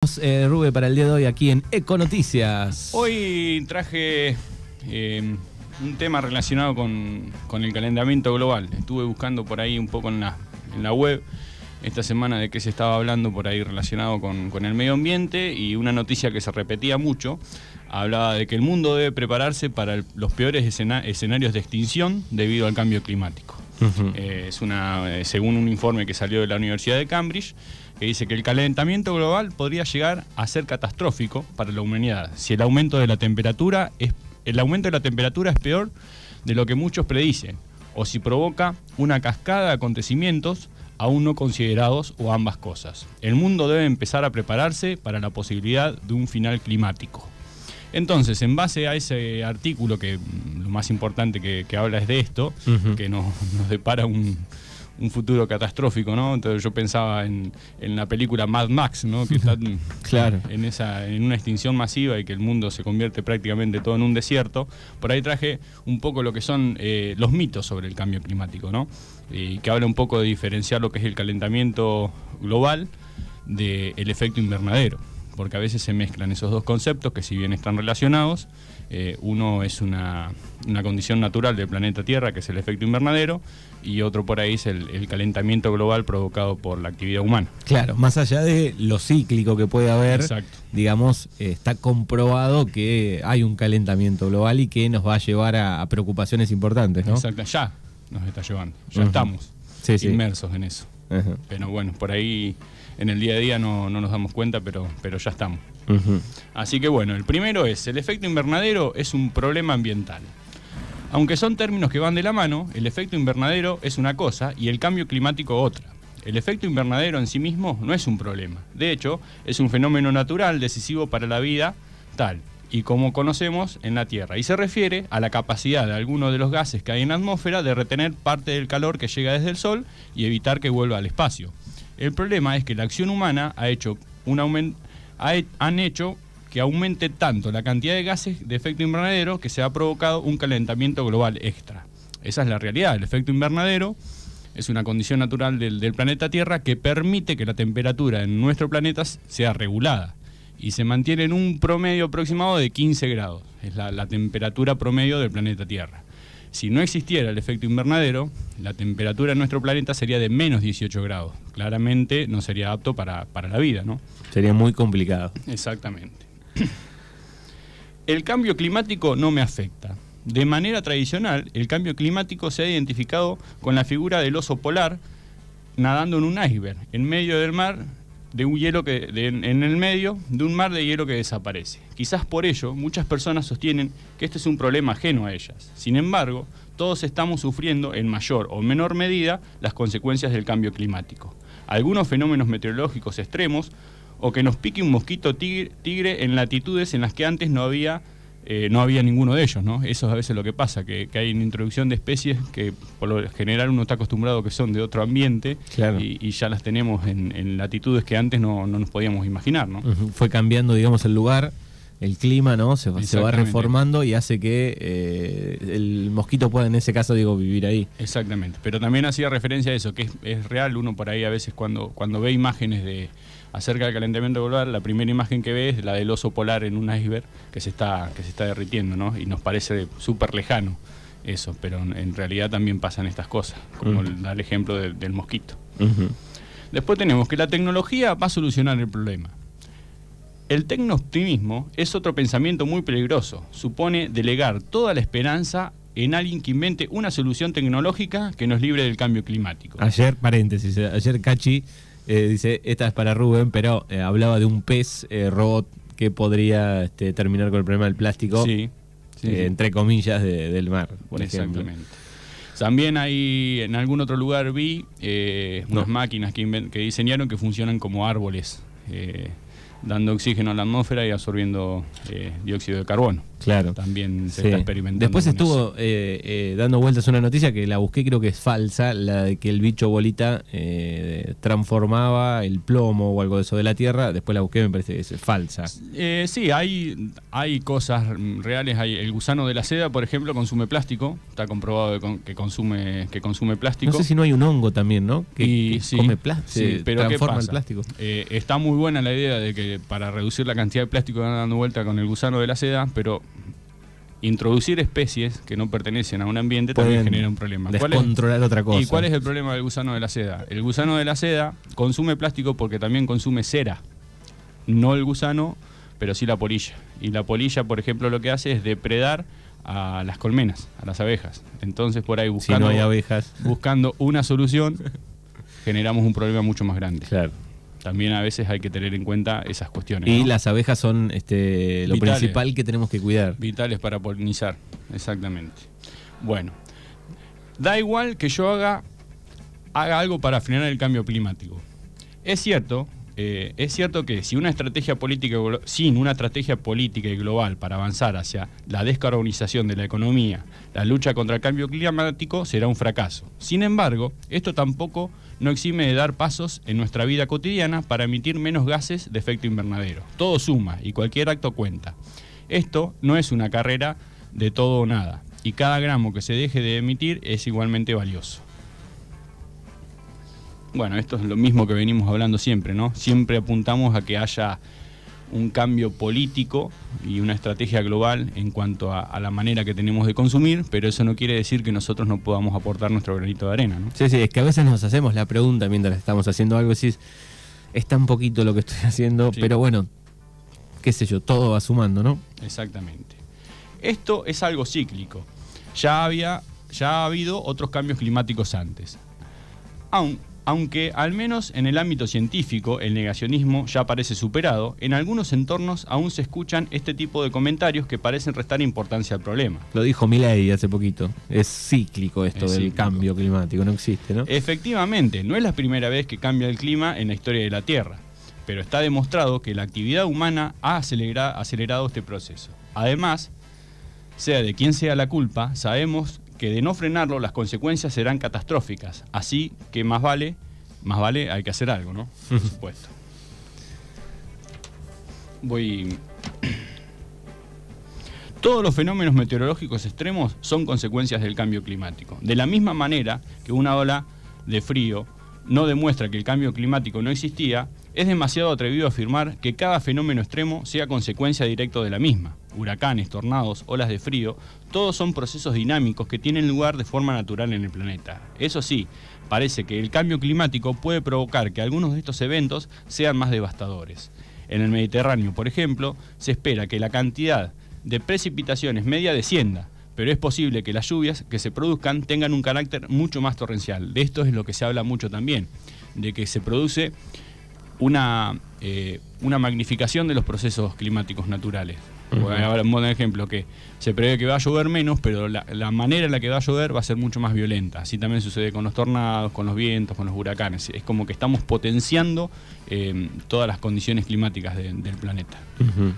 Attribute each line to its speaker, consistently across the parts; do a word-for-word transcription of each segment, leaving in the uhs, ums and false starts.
Speaker 1: tenemos, eh, Rube, para el día de hoy aquí en Econoticias?
Speaker 2: Hoy traje eh, un tema relacionado con, con el calentamiento global. Estuve buscando por ahí un poco en la, en la web esta semana de qué se estaba hablando por ahí relacionado con, con el medio ambiente, y una noticia que se repetía mucho hablaba de que el mundo debe prepararse para el, los peores escena, escenarios de extinción debido al cambio climático. Uh-huh. eh, es una, eh, según un informe que salió de la Universidad de Cambridge, que dice que el calentamiento global podría llegar a ser catastrófico para la humanidad si el aumento de la temperatura es, el aumento de la temperatura es peor de lo que muchos predicen, o si provoca una cascada de acontecimientos aún no considerados, o ambas cosas. El mundo debe empezar a prepararse para la posibilidad de un final climático. Entonces, en base a ese artículo, que lo más importante que, que habla es de esto, uh-huh. que nos, nos depara un, un futuro catastrófico, ¿no? Entonces yo pensaba en, en la película Mad Max, ¿no? Que está claro. en, esa, en una extinción masiva y que el mundo se convierte prácticamente todo en un desierto. Por ahí traje un poco lo que son eh, los mitos sobre el cambio climático, ¿no? Y que habla un poco de diferenciar lo que es el calentamiento global del efecto invernadero, porque a veces se mezclan esos dos conceptos que, si bien están relacionados, eh, uno es una, una condición natural del planeta Tierra, que es el efecto invernadero, y otro por ahí es el, el calentamiento global provocado por la actividad humana.
Speaker 1: Claro, más allá de lo cíclico que puede haber, exacto. digamos, eh, está comprobado que hay un calentamiento global y que nos va a llevar a, a preocupaciones importantes, ¿no?
Speaker 2: Exacto, ya nos está llevando, ya uh-huh. estamos sí, inmersos sí. en eso. Uh-huh. Pero bueno, por ahí en el día a día no, no nos damos cuenta, pero, pero ya estamos. Uh-huh. Así que bueno, el primero es, el efecto invernadero es un problema ambiental. Aunque son términos que van de la mano, el efecto invernadero es una cosa y el cambio climático otra. El efecto invernadero en sí mismo no es un problema. De hecho, es un fenómeno natural decisivo para la vida tal y como conocemos en la Tierra, y se refiere a la capacidad de algunos de los gases que hay en la atmósfera de retener parte del calor que llega desde el Sol y evitar que vuelva al espacio. El problema es que la acción humana ha hecho un aument- ha, han hecho que aumente tanto la cantidad de gases de efecto invernadero que se ha provocado un calentamiento global extra. Esa es la realidad. El efecto invernadero es una condición natural del, del planeta Tierra que permite que la temperatura en nuestro planeta sea regulada y se mantiene en un promedio aproximado de quince grados. Es la, la temperatura promedio del planeta Tierra. Si no existiera el efecto invernadero, la temperatura en nuestro planeta sería de menos dieciocho grados. Claramente no sería apto para, para la vida, ¿no?
Speaker 1: Sería muy complicado.
Speaker 2: Exactamente. El cambio climático no me afecta. De manera tradicional, el cambio climático se ha identificado con la figura del oso polar nadando en un iceberg, en medio del mar, de un hielo que de, en el medio de un mar de hielo que desaparece. Quizás por ello muchas personas sostienen que este es un problema ajeno a ellas. Sin embargo, todos estamos sufriendo en mayor o menor medida las consecuencias del cambio climático. Algunos fenómenos meteorológicos extremos, o que nos pique un mosquito tigre, tigre en latitudes en las que antes no había eh, no había ninguno de ellos, ¿no? Eso es a veces lo que pasa, que, que hay una introducción de especies que por lo general uno está acostumbrado que son de otro ambiente, claro. y, y ya las tenemos en, en latitudes que antes no, no nos podíamos imaginar, ¿no?
Speaker 1: Uh-huh. Fue cambiando, digamos, el lugar, el clima, ¿no? Se, se va reformando y hace que eh, el mosquito pueda, en ese caso, digo, vivir ahí.
Speaker 2: Exactamente, pero también hacía referencia a eso, que es, es real. Uno por ahí a veces cuando, cuando ve imágenes de acerca del calentamiento global, la primera imagen que ve es la del oso polar en un iceberg que se está, que se está derritiendo, ¿no? Y nos parece súper lejano eso, pero en realidad también pasan estas cosas, como uh-huh. da el ejemplo de, del mosquito. Uh-huh. Después tenemos que la tecnología va a solucionar el problema. El tecnooptimismo es otro pensamiento muy peligroso. Supone delegar toda la esperanza en alguien que invente una solución tecnológica que nos libre del cambio climático.
Speaker 1: Ayer, paréntesis, ayer Cachi eh, dice, esta es para Rubén, pero eh, hablaba de un pez eh, robot que podría este, terminar con el problema del plástico,
Speaker 2: sí, sí,
Speaker 1: eh,
Speaker 2: sí.
Speaker 1: entre comillas, de, del mar, por
Speaker 2: Exactamente.
Speaker 1: ejemplo.
Speaker 2: También hay, en algún otro lugar vi eh, unas no. máquinas que, invent- que diseñaron que funcionan como árboles, eh, dando oxígeno a la atmósfera y absorbiendo eh, dióxido de carbono.
Speaker 1: Claro.
Speaker 2: También se
Speaker 1: sí.
Speaker 2: está experimentando.
Speaker 1: Después estuvo eh, eh, dando vueltas una noticia que la busqué, creo que es falsa, la de que el bicho bolita eh, transformaba el plomo o algo de eso de la Tierra. Después la busqué, me parece que es falsa.
Speaker 2: Eh, sí, hay, hay cosas reales. Hay el gusano de la seda, por ejemplo, consume plástico. Está comprobado de con, que consume que consume plástico.
Speaker 1: No sé si no hay un hongo también, ¿no? Que,
Speaker 2: y,
Speaker 1: que
Speaker 2: sí,
Speaker 1: come plástico,
Speaker 2: sí, pero
Speaker 1: transforma
Speaker 2: ¿qué pasa?
Speaker 1: el plástico.
Speaker 2: Eh, está muy buena la idea de que para reducir la cantidad de plástico que van dando vuelta con el gusano de la seda, pero introducir especies que no pertenecen a un ambiente
Speaker 1: pueden
Speaker 2: también genera un problema.
Speaker 1: Descontrolar otra cosa.
Speaker 2: ¿Y cuál es el problema del gusano de la seda? El gusano de la seda consume plástico porque también consume cera. No el gusano, pero sí la polilla. Y la polilla, por ejemplo, lo que hace es depredar a las colmenas, a las abejas. Entonces, por ahí buscando,
Speaker 1: si no hay abejas,
Speaker 2: buscando una solución, generamos un problema mucho más grande.
Speaker 1: Claro.
Speaker 2: También a veces hay que tener en cuenta esas cuestiones.
Speaker 1: Y
Speaker 2: ¿no?
Speaker 1: las abejas son este, lo
Speaker 2: Vitales.
Speaker 1: principal que tenemos que cuidar.
Speaker 2: Vitales para polinizar, exactamente. Bueno, da igual que yo haga, haga algo para frenar el cambio climático. Es cierto, eh, es cierto que si una estrategia política, sin una estrategia política y global para avanzar hacia la descarbonización de la economía, la lucha contra el cambio climático será un fracaso. Sin embargo, esto tampoco no exime de dar pasos en nuestra vida cotidiana para emitir menos gases de efecto invernadero. Todo suma y cualquier acto cuenta. Esto no es una carrera de todo o nada, y cada gramo que se deje de emitir es igualmente valioso. Bueno, esto es lo mismo que venimos hablando siempre, ¿no? Siempre apuntamos a que haya un cambio político y una estrategia global en cuanto a, a la manera que tenemos de consumir, pero eso no quiere decir que nosotros no podamos aportar nuestro granito de arena, ¿no?
Speaker 1: Sí, sí, es que a veces nos hacemos la pregunta mientras estamos haciendo algo, decís, es tan poquito lo que estoy haciendo, sí. Pero bueno, qué sé yo, todo va sumando, ¿no?
Speaker 2: Exactamente. Esto es algo cíclico. Ya había, ya ha habido otros cambios climáticos antes. Aún Aunque, al menos en el ámbito científico, el negacionismo ya parece superado, en algunos entornos aún se escuchan este tipo de comentarios que parecen restar importancia al problema.
Speaker 1: Lo dijo Milei hace poquito. Es cíclico esto
Speaker 2: es
Speaker 1: del
Speaker 2: cíclico.
Speaker 1: Cambio climático, no existe, ¿no?
Speaker 2: Efectivamente, no es la primera vez que cambia el clima en la historia de la Tierra, pero está demostrado que la actividad humana ha acelera, acelerado este proceso. Además, sea de quien sea la culpa, sabemos que de no frenarlo las consecuencias serán catastróficas, así que más vale, más vale hay que hacer algo, ¿no? Por supuesto. Voy. Todos los fenómenos meteorológicos extremos son consecuencias del cambio climático. De la misma manera que una ola de frío no demuestra que el cambio climático no existía, es demasiado atrevido afirmar que cada fenómeno extremo sea consecuencia directa de la misma. Huracanes, tornados, olas de frío, todos son procesos dinámicos que tienen lugar de forma natural en el planeta. Eso sí, parece que el cambio climático puede provocar que algunos de estos eventos sean más devastadores. En el Mediterráneo, por ejemplo, se espera que la cantidad de precipitaciones media descienda, pero es posible que las lluvias que se produzcan tengan un carácter mucho más torrencial. De esto es lo que se habla mucho también, de que se produce una, eh, una magnificación de los procesos climáticos naturales. Uh-huh. Ahora, un buen ejemplo, que se prevé que va a llover menos, pero la, la manera en la que va a llover va a ser mucho más violenta. Así también sucede con los tornados, con los vientos, con los huracanes. Es como que estamos potenciando eh, todas las condiciones climáticas de, del planeta.
Speaker 1: Uh-huh.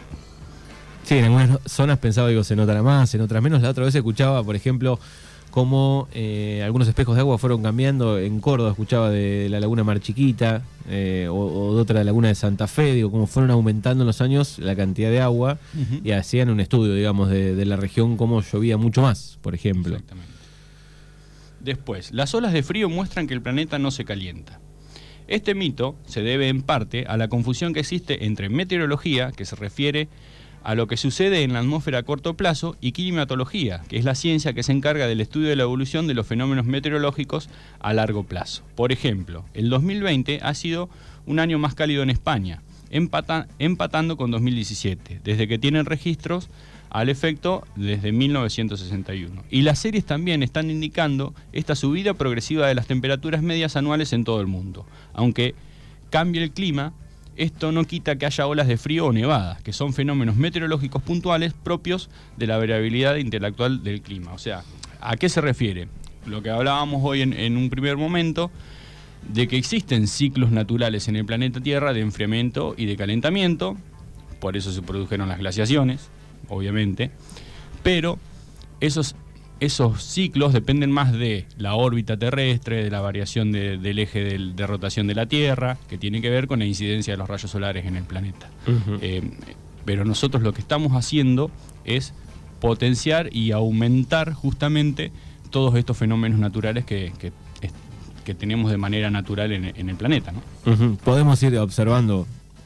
Speaker 1: Sí, en algunas zonas pensaba, digo, se notará más, se notará menos. La otra vez escuchaba, por ejemplo, cómo eh, algunos espejos de agua fueron cambiando. En Córdoba escuchaba de la laguna Mar Chiquita eh, o, o de otra laguna de Santa Fe, digo, cómo fueron aumentando en los años la cantidad de agua. Uh-huh. Y hacían un estudio, digamos, de, de la región, cómo llovía mucho más, por ejemplo.
Speaker 2: Exactamente. Después, las olas de frío muestran que el planeta no se calienta. Este mito se debe en parte a la confusión que existe entre meteorología, que se refiere a lo que sucede en la atmósfera a corto plazo, y climatología, que es la ciencia que se encarga del estudio de la evolución de los fenómenos meteorológicos a largo plazo. Por ejemplo, el dos mil veinte ha sido un año más cálido en España, empata, empatando con dos mil diecisiete, desde que tienen registros al efecto desde mil novecientos sesenta y uno. Y las series también están indicando esta subida progresiva de las temperaturas medias anuales en todo el mundo. Aunque cambie el clima, esto no quita que haya olas de frío o nevadas, que son fenómenos meteorológicos puntuales propios de la variabilidad intelectual del clima. O sea, ¿a qué se refiere? Lo que hablábamos hoy en, en un primer momento, de que existen ciclos naturales en el planeta Tierra de enfriamiento y de calentamiento, por eso se produjeron las glaciaciones, obviamente, pero esos Esos ciclos dependen más de la órbita terrestre, de la variación de, del eje del, de rotación de la Tierra, que tiene que ver con la incidencia de los rayos solares en el planeta. Uh-huh. Eh, pero nosotros lo que estamos haciendo es potenciar y aumentar justamente todos estos fenómenos naturales que, que, que tenemos de manera natural en, en el planeta, ¿no?
Speaker 1: Uh-huh. Podemos ir observando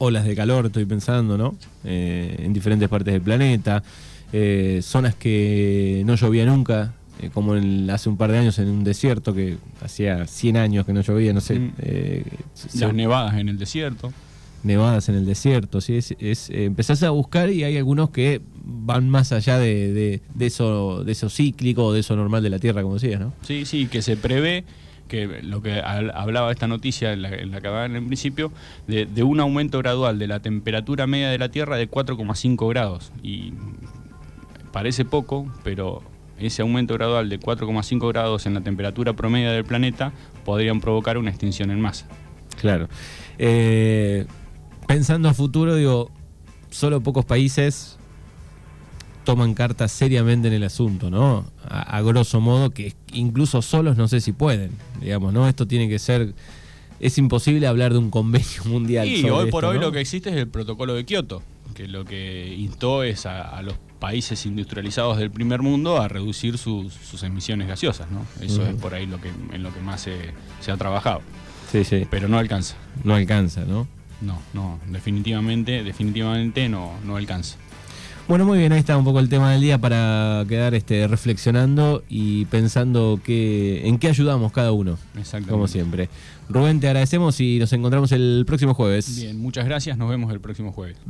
Speaker 1: olas de calor, estoy pensando, ¿no? Eh, en diferentes partes del planeta, eh, zonas que no llovía nunca, eh, como en, hace un par de años en un desierto que hacía cien años que no llovía, no sé.
Speaker 2: Mm.
Speaker 1: Eh,
Speaker 2: Las
Speaker 1: se,
Speaker 2: nevadas en el desierto.
Speaker 1: Nevadas en el desierto, ¿sí? Es, es, eh, empezás a buscar y hay algunos que van más allá de, de, de eso de eso cíclico, de eso normal de la Tierra, como decías, ¿no?
Speaker 2: Sí, sí, que se prevé, que lo que hablaba esta noticia en la, en la que hablaba en el principio, de, de un aumento gradual de la temperatura media de la Tierra de cuatro coma cinco grados. Y parece poco, pero ese aumento gradual de cuatro coma cinco grados en la temperatura promedio del planeta podrían provocar una extinción en masa.
Speaker 1: Claro. Eh... Pensando a futuro, digo, solo pocos países toman cartas seriamente en el asunto, ¿no? A, a grosso modo, que incluso solos no sé si pueden, digamos, ¿no? Esto tiene que ser... Es imposible hablar de un convenio mundial.
Speaker 2: Y
Speaker 1: sobre
Speaker 2: hoy
Speaker 1: esto,
Speaker 2: por hoy
Speaker 1: ¿no?
Speaker 2: lo que existe es el protocolo de Kioto, que lo que instó es a, a los países industrializados del primer mundo a reducir sus, sus emisiones gaseosas, ¿no? Eso uh-huh. es por ahí lo que, en lo que más se, se ha trabajado.
Speaker 1: Sí, sí.
Speaker 2: Pero no alcanza.
Speaker 1: No alcanza, ¿no?
Speaker 2: No, no, definitivamente, definitivamente no, no alcanza.
Speaker 1: Bueno, muy bien, ahí está un poco el tema del día para quedar este, reflexionando y pensando que, en qué ayudamos cada uno.
Speaker 2: Exactamente.
Speaker 1: Como siempre. Rubén, te agradecemos y nos encontramos el próximo jueves.
Speaker 2: Bien, muchas gracias, nos vemos el próximo jueves.